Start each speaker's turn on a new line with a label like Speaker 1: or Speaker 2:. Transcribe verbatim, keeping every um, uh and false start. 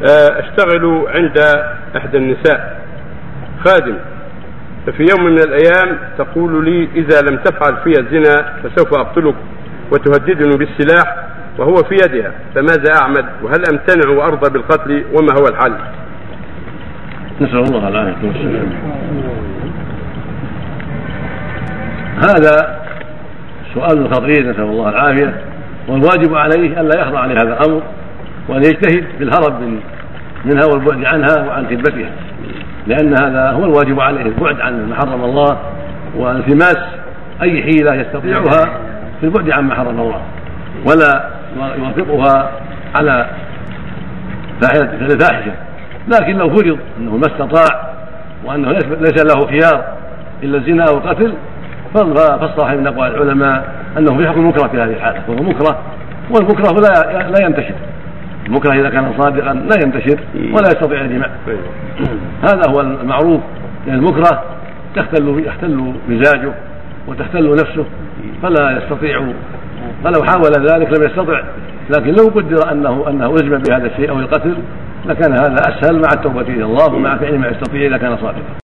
Speaker 1: أشتغل عند إحدى النساء خادم، ففي يوم من الأيام تقول لي: إذا لم تفعل في الزنا فسوف أقتلك، وتهددني بالسلاح وهو في يدها، فماذا أعمل؟ وهل أمتنع وأرضى بالقتل؟ وما هو الحل؟
Speaker 2: نسأل الله العافية والسلام. هذا سؤال خطير، نسأل الله العافية، والواجب عليه ألا يخضع عليه هذا الأمر، وأن يجتهد في الهرب من منها والبعد عنها وعن خدمتها، لأن هذا هو الواجب عليه، البعد عن ما حرم الله والتماس أي حيلة يستطيعها في البعد عن ما حرم الله، ولا يوافقها على فاحشة. لكن لو فرض أنه ما استطاع وأنه ليس له خيار إلا الزنا أو القتل، فالصحيح من أقوال العلماء أنه في حكم مكره في هذه الحالة، وهو مكره، والمكره لا لا ينتشر. المكره إذا كان صادقا لا ينتشر ولا يستطيع الجماع. هذا هو المعروف، لأن المكره تختل يختل مزاجه وتختل نفسه، فلا يستطيع، فلو حاول ذلك لم يستطع. لكن لو قدر أنه أنه ألزم بهذا الشيء أو القتل لكان هذا أسهل مع التوبة إلى الله ومع فعل ما يستطيع إذا كان صادقا.